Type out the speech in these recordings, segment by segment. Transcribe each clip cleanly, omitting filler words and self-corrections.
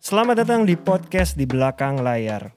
Selamat datang di podcast Di Belakang Layar.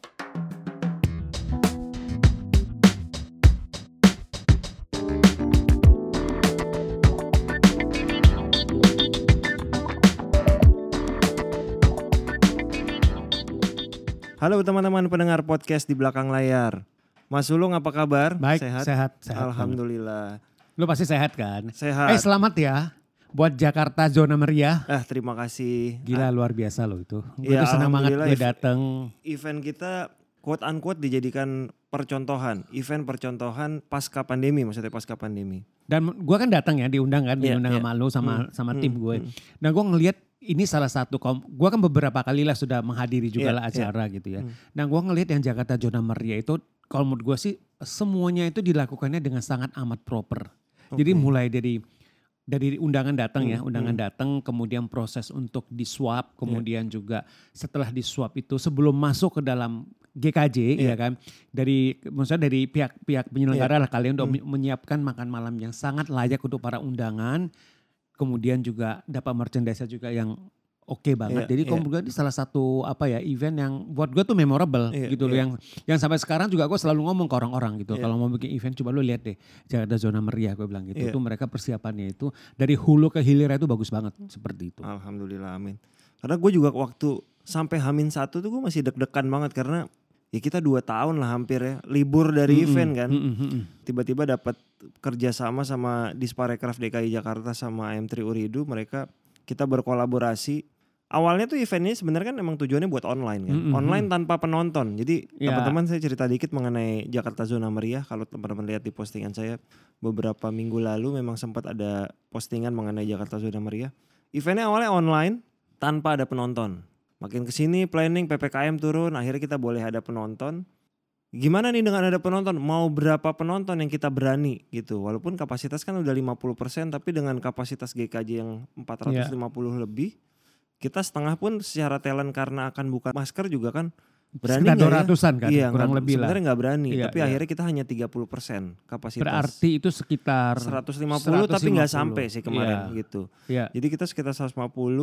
Halo teman-teman pendengar podcast Di Belakang Layar. Mas Sulung apa kabar? Baik, sehat. Alhamdulillah. Lu pasti sehat kan? Sehat. Selamat ya buat Jakarta Zona Meriah. Terima kasih. Gila luar biasa loh itu. Gue Ya, tuh senang banget alhamdulillah gue dateng. Event kita quote unquote dijadikan percontohan. Event percontohan pasca pandemi, maksudnya pasca pandemi. Dan gue kan datang ya, diundang sama lu sama tim gue. Dan gue ngelihat ini salah satu, gue kan beberapa kali lah sudah menghadiri juga lah acara gitu ya. Dan gue ngelihat yang Jakarta Zona Meriah itu kalau menurut gue sih semuanya itu dilakukannya dengan sangat amat proper. Jadi mulai dari undangan datang ya, datang, kemudian proses untuk diswab, kemudian juga setelah diswab itu sebelum masuk ke dalam GKJ ya kan, maksudnya dari pihak penyelenggara lah kalian udah menyiapkan makan malam yang sangat layak untuk para undangan, kemudian juga dapat merchandise juga yang oke banget. Jadi kalau menurut gue ini salah satu event yang buat gue tuh memorable gitu loh, yang sampai sekarang juga gue selalu ngomong ke orang-orang gitu. Kalau mau bikin event coba lu lihat deh Jakarta Zona Meriah, gue bilang gitu. Itu mereka persiapannya itu dari hulu ke hilir itu bagus banget seperti itu. Alhamdulillah, amin. Karena gue juga waktu sampai H-1 tuh gue masih deg-degan banget karena ya kita 2 tahun lah hampir ya libur dari event kan. Tiba-tiba dapat kerjasama sama Disparekraf DKI Jakarta sama AM3 Uridu, kita berkolaborasi. Awalnya tuh eventnya sebenarnya kan emang tujuannya buat online kan. Online tanpa penonton. Jadi teman-teman saya cerita dikit mengenai Jakarta Zona Meriah. Kalau teman-teman lihat di postingan saya beberapa minggu lalu memang sempat ada postingan mengenai Jakarta Zona Meriah. Eventnya awalnya online tanpa ada penonton. Makin kesini planning PPKM turun, akhirnya kita boleh ada penonton. Gimana nih dengan ada penonton? Mau berapa penonton yang kita berani gitu. Walaupun kapasitas kan udah 50%, tapi dengan kapasitas GKJ yang 450 lebih, kita setengah pun secara talent karena akan buka masker juga kan berani sekitar gak 200-an kan, iya, kurang lebih lah. Sebenarnya gak berani, tapi akhirnya kita hanya 30% kapasitas. Berarti itu sekitar 150 tapi gak sampai sih kemarin gitu. Jadi kita sekitar 150.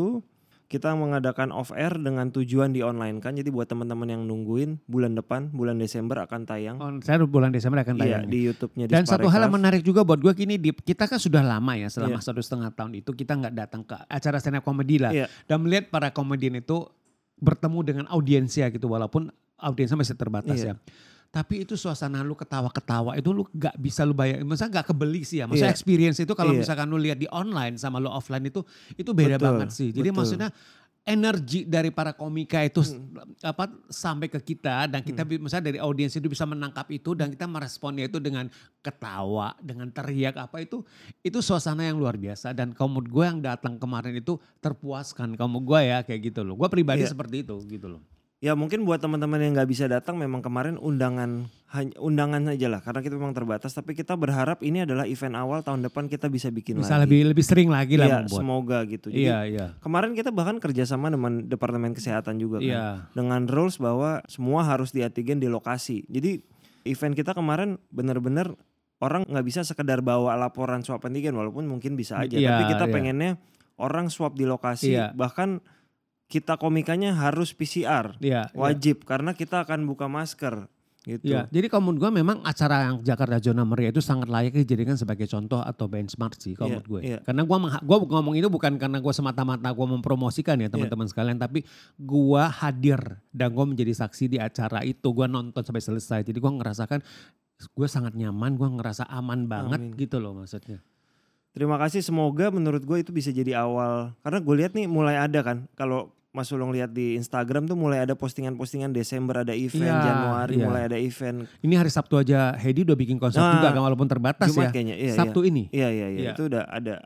Kita mengadakan off air dengan tujuan di online kan. Jadi buat teman-teman yang nungguin bulan depan, bulan Desember akan tayang. Saya bulan Desember akan tayang. Iya, di YouTube-nya. Dan satu hal yang menarik juga buat gue gini, kita kan sudah lama ya selama 1,5 tahun itu kita nggak datang ke acara stand up comedy lah. Dan melihat para komedian itu bertemu dengan audiensnya gitu, walaupun audiensnya masih terbatas ya. Tapi itu suasana lu ketawa-ketawa itu lu gak bisa lu bayangin. Maksudnya gak kebeli sih ya. Maksudnya experience itu kalau misalkan lu lihat di online sama lu offline itu beda banget sih. Jadi maksudnya energi dari para komika itu sampai ke kita. Dan kita misalnya dari audiens itu bisa menangkap itu. Dan kita meresponnya itu dengan ketawa, dengan teriak itu suasana yang luar biasa. Dan menurut gue yang datang kemarin itu terpuaskan. Menurut gue ya kayak gitu loh. Gue pribadi seperti itu gitu loh. Ya mungkin buat teman-teman yang nggak bisa datang memang kemarin undangan aja lah karena kita memang terbatas, tapi kita berharap ini adalah event awal tahun depan kita bisa bikin bisa lagi. lebih sering lagi lah membuat. Semoga gitu. Jadi kemarin kita bahkan kerjasama dengan Departemen Kesehatan juga kan. Dengan rules bahwa semua harus di-antigen di lokasi. Jadi event kita kemarin benar-benar orang nggak bisa sekedar bawa laporan swab antigen walaupun mungkin bisa aja. Tapi kita pengennya orang swab di lokasi bahkan kita komikanya harus PCR wajib karena kita akan buka masker gitu. Jadi kalau menurut gue memang acara yang Jakarta Zona Meriah itu sangat layak dijadikan sebagai contoh atau benchmark sih kalau menurut gue. Karena gue ngomong itu bukan karena gue semata-mata gue mempromosikan ya teman-teman sekalian, tapi gue hadir dan gue menjadi saksi di acara itu. Gue nonton sampai selesai. Jadi gue ngerasakan gue sangat nyaman, gue ngerasa aman banget gitu loh maksudnya. Terima kasih, semoga menurut gue itu bisa jadi awal. Karena gue lihat nih mulai ada kan, kalau Mas Sulung lihat di Instagram tuh mulai ada postingan-postingan Desember ada event, Januari mulai ada event. Ini hari Sabtu aja Hedi udah bikin konser juga kan walaupun terbatas Jumat ya. Kayaknya, Sabtu ini. Iya. Itu udah ada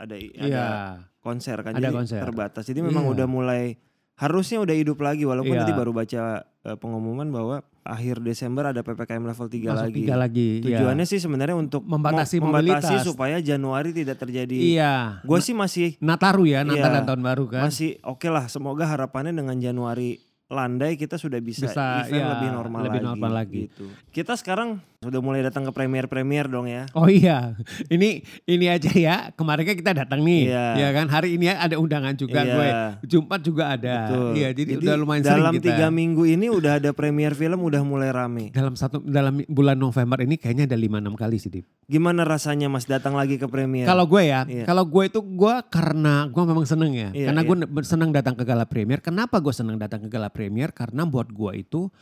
konser kan, ada jadi konser terbatas. Jadi memang udah mulai harusnya udah hidup lagi walaupun tadi baru baca pengumuman bahwa akhir Desember ada PPKM level 3 lagi. 3 lagi. Tujuannya sih sebenarnya untuk membatasi mobilitas supaya Januari tidak terjadi. Gue sih masih Nataru ya, Natal dan Tahun Baru kan. Masih oke lah, semoga harapannya dengan Januari landai kita sudah bisa event lebih normal lagi. Gitu. Kita sekarang sudah mulai datang ke premier dong ya. Oh iya, ini aja ya. Kemarin kan kita datang nih, ya kan. Hari ini ada undangan juga gue. Jumat juga ada. Betul. Iya, jadi udah lumayan sering kita. Dalam 3 minggu ini udah ada premier film, udah mulai rame. Dalam bulan November ini kayaknya ada 5-6 kali sih, Dip. Gimana rasanya Mas datang lagi ke premier? Kalau gue ya, kalau gue itu karena gue memang seneng ya. Karena gue seneng datang ke gala premier. Kenapa gue seneng datang ke gala premier? Karena buat gue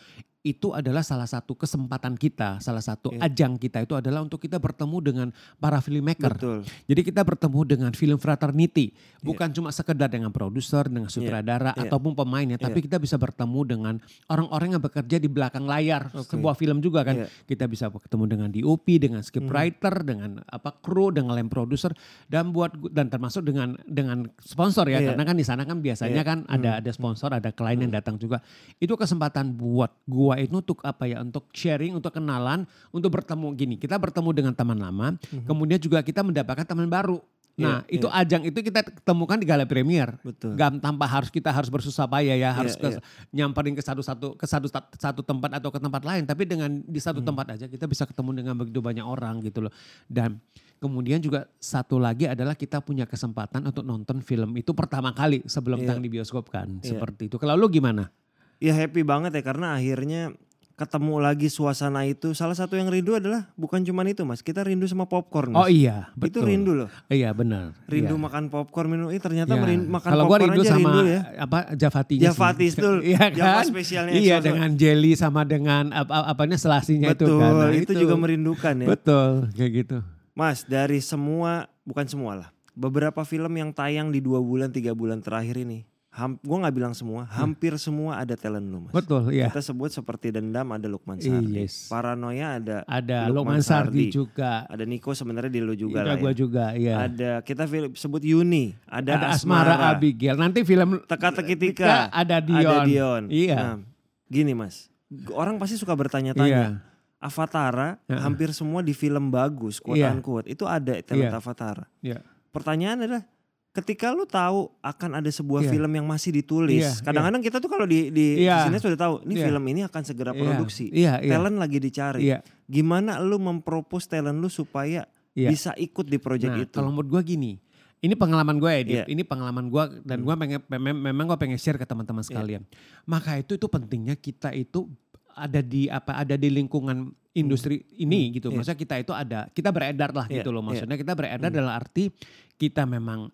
itu adalah salah satu kesempatan kita, salah satu ajang kita itu adalah untuk kita bertemu dengan para filmmaker. Betul. Jadi kita bertemu dengan film fraternity, bukan cuma sekedar dengan produser, dengan sutradara ataupun pemainnya, tapi kita bisa bertemu dengan orang-orang yang bekerja di belakang layar sebuah film juga kan. Kita bisa ketemu dengan DOP, dengan scriptwriter, dengan kru, dengan lem produser dan termasuk dengan sponsor ya, karena kan di sana kan biasanya kan ada sponsor, ada klien yang datang juga. Itu kesempatan buat gua itu untuk untuk sharing, untuk kenalan, untuk bertemu gini. Kita bertemu dengan teman lama, kemudian juga kita mendapatkan teman baru. Nah, itu ajang itu kita temukan di gala premier. Betul. Gak tanpa kita harus bersusah payah ya, harus nyamperin ke satu tempat atau ke tempat lain, tapi dengan di satu tempat aja kita bisa ketemu dengan begitu banyak orang gitu loh. Dan kemudian juga satu lagi adalah kita punya kesempatan untuk nonton film itu pertama kali sebelum tayang di bioskop kan. Seperti itu. Kalau lu gimana? Ya happy banget ya karena akhirnya ketemu lagi suasana itu. Salah satu yang rindu adalah bukan cuma itu Mas, kita rindu sama popcorn Mas. Oh iya, betul. Itu rindu loh. Iya benar. Rindu makan popcorn, minum. Ternyata makan kalau popcorn rindu aja sama rindu ya. Javatinya. Javati itu. Iya kan? Java spesialnya. Iya dengan jelly sama dengan selasinya itu kan. Betul, itu juga merindukan ya. Betul, kayak gitu. Mas, dari bukan semua lah. Beberapa film yang tayang di 2 bulan 3 bulan terakhir ini. Gue gak bilang semua, hampir semua ada talent lu Mas. Betul, iya. Kita sebut seperti Dendam ada Lukman Sardi. Paranoia ada Lukman Sardi juga. Ada Niko sebenarnya di lu juga lah ya. Gue juga, iya. Ada kita sebut Yuni, ada Asmara Abigail. Nanti film Teka-teki Tika ada Dion. Iya. Nah, gini Mas, orang pasti suka bertanya-tanya. Avatar hampir semua di film bagus, quote unquote. Itu ada talent Avatar. Pertanyaan adalah ketika lu tahu akan ada sebuah film yang masih ditulis, kadang-kadang kita tuh kalau di sini sudah tahu, ini film ini akan segera produksi, talent lagi dicari. Gimana lu mempropose talent lu supaya bisa ikut di project itu? Kalau menurut gue gini, ini pengalaman gue ya, Dip. Ini pengalaman gue dan gue memang gue pengen share ke teman-teman sekalian. Maka itu pentingnya kita itu ada di lingkungan industri ini gitu. Maksudnya kita beredar lah gitu loh. Maksudnya kita beredar dalam arti kita memang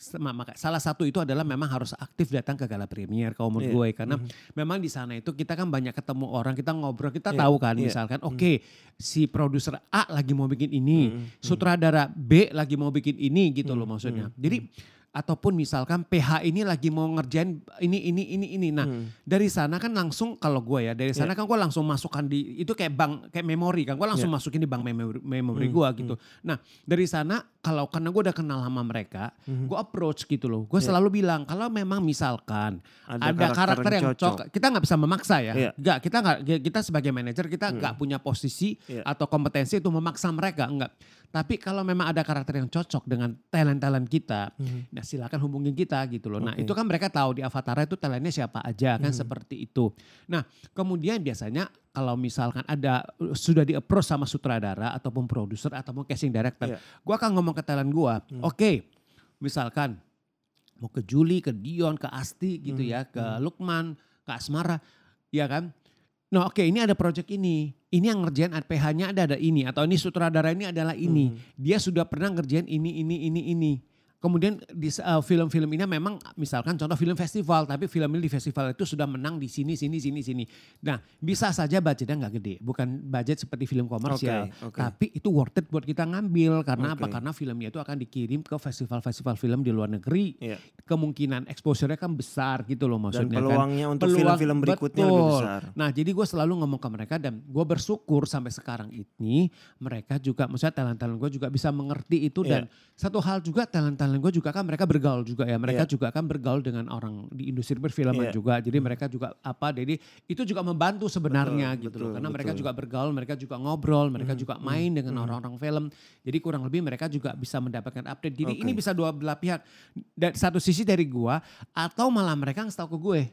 salah satu itu adalah memang harus aktif datang ke gala premier kalau menurut gue, karena memang di sana itu kita kan banyak ketemu orang, kita ngobrol, kita tahu kan misalkan si produser A lagi mau bikin ini, sutradara B lagi mau bikin ini gitu loh maksudnya. Jadi ataupun misalkan PH ini lagi mau ngerjain ini. Nah dari sana kan langsung kalau gue ya dari sana kan gue langsung masukkan itu kayak memori kan, gue langsung masukin di bank memori gue gitu. Nah dari sana karena gue udah kenal sama mereka, gue approach gitu loh. Gue selalu bilang kalau memang misalkan ada karakter yang cocok, kita nggak bisa memaksa ya. Enggak, kita sebagai manajer kita nggak punya posisi atau kompetensi untuk memaksa mereka, enggak. Tapi kalau memang ada karakter yang cocok dengan talent kita, nah silakan hubungin kita gitu loh. Nah itu kan mereka tahu di Avatar itu talentnya siapa aja kan seperti itu. Nah kemudian biasanya kalau misalkan sudah di-approach sama sutradara ataupun produser ataupun casting director, gue akan ngomong ke talent gue, oke, misalkan mau ke Juli, ke Dion, ke Asti gitu ya, ke Lukman, ke Asmara, ya kan. Nah oke, ini ada project ini yang ngerjain PH-nya ada ini, atau ini sutradara ini adalah ini, dia sudah pernah ngerjain ini. Kemudian di film-film ini memang misalkan contoh film festival, tapi film ini di festival itu sudah menang di sini. Nah bisa saja budgetnya nggak gede, bukan budget seperti film komersial, tapi itu worth it buat kita ngambil karena apa? Karena filmnya itu akan dikirim ke festival-festival film di luar negeri, kemungkinan exposure-nya kan besar gitu loh maksudnya. Dan peluangnya kan, untuk film-film berikutnya lebih besar. Nah jadi gue selalu ngomong ke mereka dan gue bersyukur sampai sekarang ini mereka juga, maksudnya talent-talent gue juga bisa mengerti itu dan satu hal juga talent gue juga kan mereka bergaul juga ya. Mereka juga kan bergaul dengan orang di industri perfilman juga. Jadi mereka juga jadi itu juga membantu sebenarnya gitu loh. Karena mereka juga bergaul, mereka juga ngobrol, mereka juga main dengan orang-orang film. Jadi kurang lebih mereka juga bisa mendapatkan update. Jadi ini bisa dua belah pihak. Dari satu sisi dari gue atau malah mereka ngasih tahu ke gue.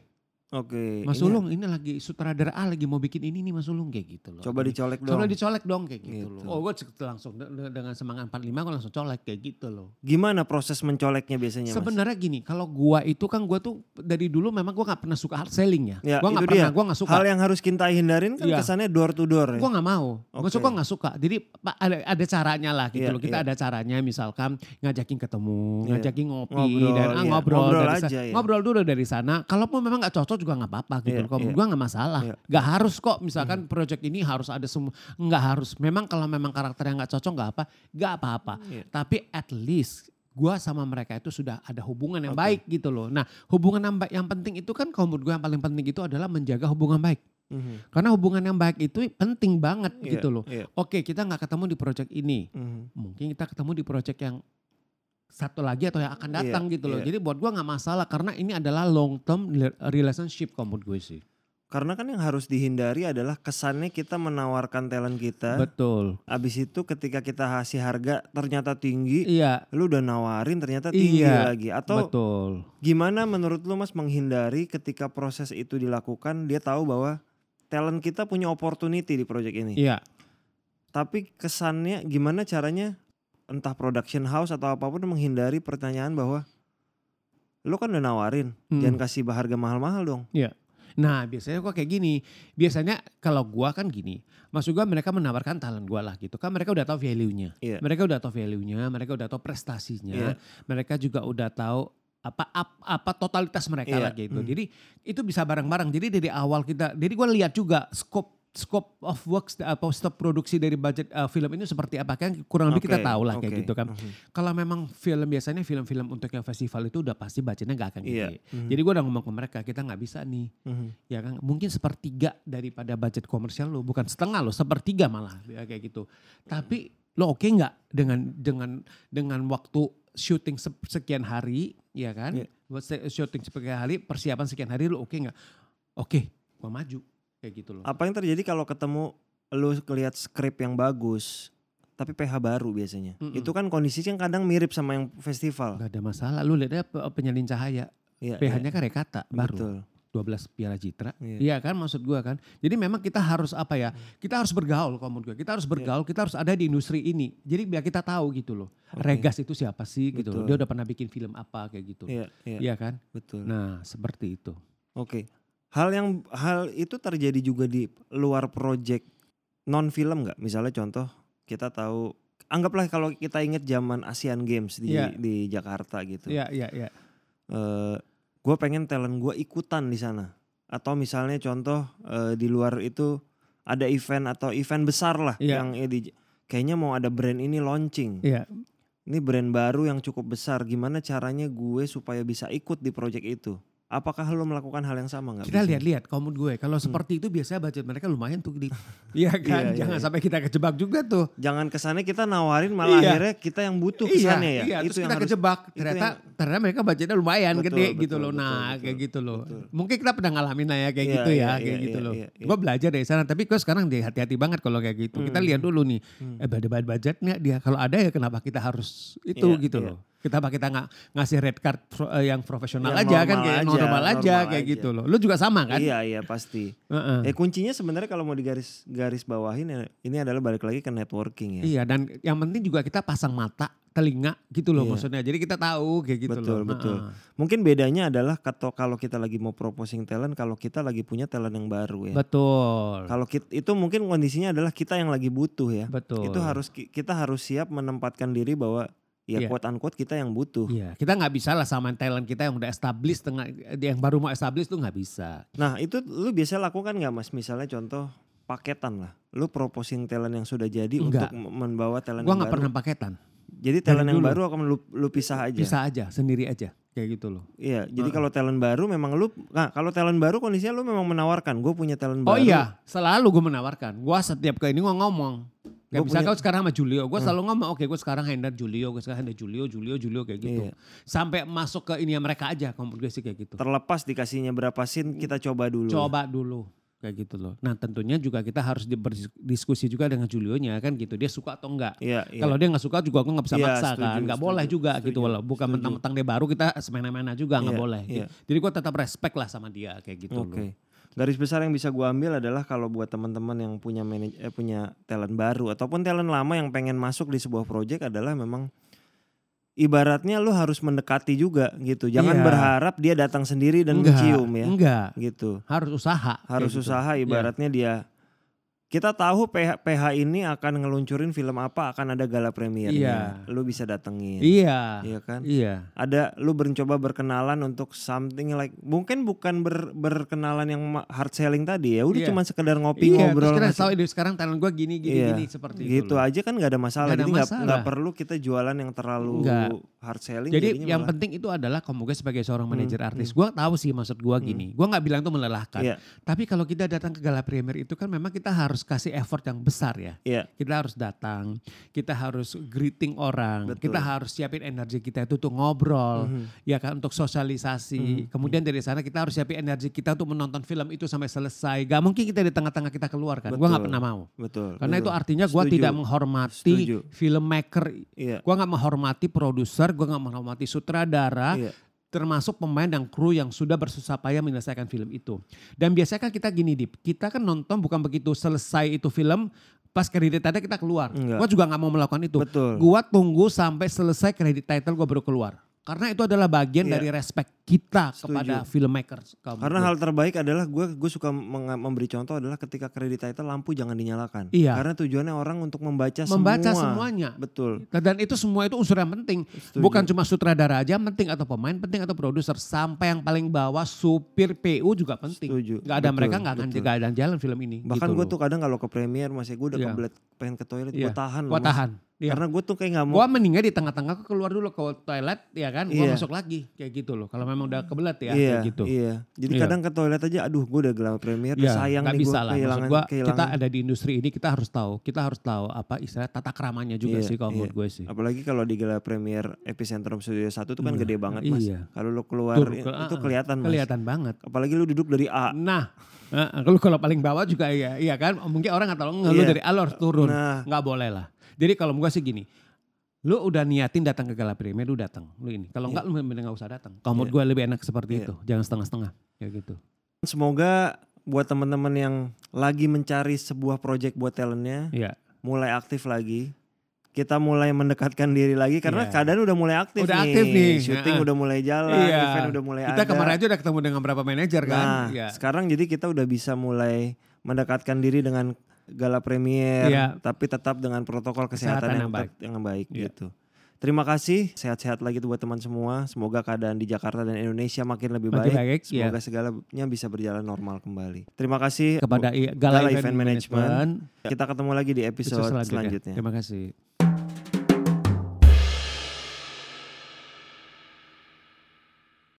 Oke. Mas Ulung ini lagi sutradara A lagi mau bikin ini nih Mas Ulung kayak gitu loh. Coba dicolek dong. Coba dicolek dong kayak gitu loh. Oh gue langsung dengan semangat 45 gue langsung colek kayak gitu loh. Gimana proses mencoleknya biasanya Mas? Sebenarnya gini, kalau gue itu kan gue tuh dari dulu memang gue gak pernah suka hard selling ya. Ya gue gak pernah, gue gak suka. Hal yang harus kita hindarin kan kesannya door to door ya. Gue gak mau, gue gak suka. Jadi ada caranya lah gitu loh. Kita ada caranya misalkan ngajakin ketemu, ngajakin ngopi dan ngobrol dulu dari sana. Kalaupun memang gak cocok juga gak apa-apa gitu. Kalau gue gak masalah. Gak harus kok misalkan project ini harus ada semua. Gak harus. Memang kalau memang karakternya gak cocok gak apa-apa. Tapi at least gue sama mereka itu sudah ada hubungan yang baik gitu loh. Nah hubungan yang penting itu kan kalau menurut gue yang paling penting itu adalah menjaga hubungan baik. Karena hubungan yang baik itu penting banget gitu loh. Oke kita gak ketemu di project ini. Mungkin kita ketemu di project yang satu lagi atau yang akan datang gitu loh. Jadi buat gue gak masalah karena ini adalah long term relationship kalau menurut gue sih. Karena kan yang harus dihindari adalah kesannya kita menawarkan talent kita. Betul. Abis itu ketika kita kasih harga ternyata tinggi. Iya. Lu udah nawarin ternyata tinggi lagi. Atau betul. Gimana menurut lu Mas menghindari ketika proses itu dilakukan dia tahu bahwa talent kita punya opportunity di project ini. Iya. Tapi kesannya gimana caranya entah production house atau apapun menghindari pertanyaan bahwa lu kan udah nawarin. Jangan kasih harga mahal-mahal dong. Iya. Nah biasanya kok kayak gini, biasanya kalau gua kan gini, maksud gua mereka menawarkan talent gua lah gitu kan mereka udah tahu value-nya, mereka udah tahu value-nya, mereka udah tahu prestasinya, mereka juga udah tahu apa totalitas mereka lah gitu. Jadi itu bisa bareng-bareng, jadi dari awal jadi gua lihat juga scope of works atau stop produksi dari budget film ini seperti apa kan kurang lebih kita tahu lah kayak gitu kan. Kalau memang biasanya film-film untuk yang festival itu udah pasti budgetnya gak akan gede. Jadi gue udah ngomong ke mereka kita gak bisa nih. Ya kan mungkin 1/3 daripada budget komersial lo, bukan setengah lo, 1/3 malah ya kayak gitu. Tapi lo oke gak dengan waktu syuting sekian hari ya kan. Syuting sekian hari, persiapan sekian hari lo oke gak? Oke, gue maju. Kayak gitu loh. Apa yang terjadi kalau ketemu lu lihat skrip yang bagus tapi PH baru biasanya? Itu kan kondisinya kadang mirip sama yang festival. Gak ada masalah, lu lihatnya penyalin cahaya. PH-nya kan Rekata baru. Betul. 12 Piala Citra. Iya kan maksud gua kan. Jadi memang kita harus apa ya? Kita harus bergaul kalau menurut gua. Kita harus bergaul, kita harus ada di industri ini. Jadi biar kita tahu gitu loh. Regas itu siapa sih gitu loh. Dia udah pernah bikin film apa kayak gitu. Iya kan? Betul. Nah, seperti itu. Oke. Hal itu terjadi juga di luar project non film nggak? Misalnya contoh kita tahu, anggaplah kalau kita ingat zaman Asian Games di Jakarta gitu. Iya. Gue pengen talent gue ikutan di sana. Atau misalnya contoh di luar itu ada event atau event besar lah yang kayaknya mau ada brand ini launching. Ini brand baru yang cukup besar. Gimana caranya gue supaya bisa ikut di project itu? Apakah lo melakukan hal yang sama gak? Kita lihat kalau menurut gue, kalau seperti itu biasanya budget mereka lumayan tuh. Iya kan, jangan sampai kita kejebak juga tuh. Jangan kesannya kita nawarin malah akhirnya kita yang butuh kesannya ya. Iya, terus kita kejebak, ternyata mereka budgetnya lumayan gede gitu loh. Nah kayak gitu loh. Mungkin kita pernah ngalamin lah ya kayak gitu ya, kayak gitu loh. Gue belajar dari sana, tapi gue sekarang hati-hati banget kalau kayak gitu. Kita lihat dulu nih, budgetnya dia kalau ada ya kenapa kita harus itu gitu loh. Kita ngasih red card yang profesional yang aja kan kayak normal aja kayak gitu loh. Lu juga sama kan? Iya pasti. Kuncinya sebenarnya kalau mau garis bawahin ini adalah balik lagi ke networking ya. Iya dan yang penting juga kita pasang mata, telinga gitu loh maksudnya. Jadi kita tahu kayak gitu loh. Betul. Mungkin bedanya adalah kalau kita lagi mau proposing talent, kalau kita lagi punya talent yang baru ya. Betul. Kalau itu mungkin kondisinya adalah kita yang lagi butuh ya. Betul. Itu kita harus siap menempatkan diri bahwa quote unquote kita yang butuh. Iya, kita gak bisa lah sama talent kita yang udah established, yang baru mau established tuh gak bisa. Nah itu lu biasa lakukan gak Mas? Misalnya contoh paketan lah. Lu proposing talent yang sudah jadi untuk membawa talent yang baru. Gua gak pernah paketan. Jadi talent yang baru akan lu pisah aja? Pisah aja, sendiri aja. Kayak gitu loh. Iya, jadi kalau talent baru memang kalau talent baru kondisinya lu memang menawarkan. Gue punya talent baru. Oh iya, selalu gue menawarkan. Gue setiap kali ini gue ngomong. Gak bisa kau sekarang sama Julio, gue selalu ngomong oke gue sekarang handle Julio, gue sekarang handle Julio kayak gitu. Sampai masuk ke ini mereka aja, gue sih kayak gitu. Terlepas dikasihnya berapa scene kita coba dulu. Coba dulu. kayak gitu loh. Nah tentunya juga kita harus berdiskusi juga dengan Julionya kan gitu. Dia suka atau enggak. Kalau dia gak suka juga aku gak bisa maksa kan. Gak boleh juga gitu. Bukan mentang-mentang dia baru kita semena-mena juga gak boleh. Gitu. Jadi gue tetap respect lah sama dia kayak gitu loh. Garis besar yang bisa gue ambil adalah kalau buat teman-teman yang punya talent baru ataupun talent lama yang pengen masuk di sebuah project adalah memang ibaratnya lu harus mendekati juga gitu. Jangan berharap dia datang sendiri dan mencium ya. Enggak. Gitu. Harus usaha. Harus usaha ibaratnya dia. Kita tahu PH ini akan ngeluncurin film apa, akan ada gala premiernya. Lu bisa datengin. Iya kan? Iya. Ada lu mencoba berkenalan untuk something like mungkin bukan berkenalan yang hard selling tadi ya. Udah cuma sekedar ngopi ngobrol. Terus tahu sekarang talent gue gini seperti itu. Gitu aja kan gak ada masalah. Jadi gak perlu kita jualan yang terlalu hard selling. Jadi yang penting itu adalah kamu sebagai seorang manajer artis. Gue tahu sih maksud gue gini. Gue gak bilang itu melelahkan. Tapi kalau kita datang ke gala premier itu kan memang kita harus kasih effort yang besar ya. Kita harus datang, kita harus greeting orang, kita harus siapin energi kita itu untuk ngobrol, ya kan, untuk sosialisasi. Kemudian dari sana kita harus siapin energi kita untuk menonton film itu sampai selesai. Gak mungkin kita di tengah-tengah kita keluar kan. Gue gak pernah mau. Karena itu artinya gue tidak menghormati filmmaker. Gue gak menghormati produser, gue gak menghormati sutradara. Termasuk pemain dan kru yang sudah bersusah payah menyelesaikan film itu. Dan biasanya kan kita gini Dip, kita kan nonton bukan begitu selesai itu film, pas kredit title kita keluar. Gue juga gak mau melakukan itu. Gue tunggu sampai selesai kredit title gue baru keluar. Karena itu adalah bagian dari respect kita kepada filmmaker. Karena hal terbaik adalah gue suka memberi contoh adalah ketika kredit title lampu jangan dinyalakan. Karena tujuannya orang untuk membaca semuanya. Betul. Dan itu semua itu unsur yang penting. Bukan cuma sutradara aja penting atau pemain penting atau produser. Sampai yang paling bawah supir PU juga penting. Gak ada mereka gak akan jalan film ini. Bahkan gitu gue tuh kadang kalau ke premier masih gue udah kebelet pengen ke toilet gue tahan. Gue tahan. Karena gue tuh kayak gak mau. Gue mendingan di tengah-tengah keluar dulu ke toilet ya kan. Gue masuk lagi kayak gitu loh. Kalau memang udah kebelet ya kayak gitu. Jadi kadang ke toilet aja aduh gue udah gala premier sayang nih gue kehilangan. Kita ada di industri ini kita harus tahu apa istilah tata keramanya juga sih kalau menurut gue sih. Apalagi kalau di gala premier Epicentrum Studio 1 itu kan gede banget mas. Kalau lo keluar itu kelihatan mas. Kelihatan banget. Apalagi lu duduk dari A. Nah kalau paling bawah juga iya kan. Mungkin orang atau lu dari A lo harus turun. Gak boleh lah. Jadi kalau gue sih gini, lu udah niatin datang ke gala premier, lu datang, lu ini. Kalau enggak lu mending gak usah datang. Kalau menurut gue lebih enak seperti itu, jangan setengah-setengah, ya gitu. Semoga buat teman-teman yang lagi mencari sebuah project buat talentnya, mulai aktif lagi. Kita mulai mendekatkan diri lagi karena keadaan udah mulai aktif nih. Syuting udah mulai jalan, event udah mulai ada. Kita kemarin aja udah ketemu dengan berapa manajer kan. Nah, sekarang jadi kita udah bisa mulai mendekatkan diri dengan gala premier, tapi tetap dengan protokol kesehatan yang baik gitu. Terima kasih, sehat-sehat lagi tuh buat teman semua. Semoga keadaan di Jakarta dan Indonesia makin lebih baik. Semoga segalanya bisa berjalan normal kembali. Terima kasih kepada Gala Event Management. Kita ketemu lagi di episode selanjutnya. Terima kasih.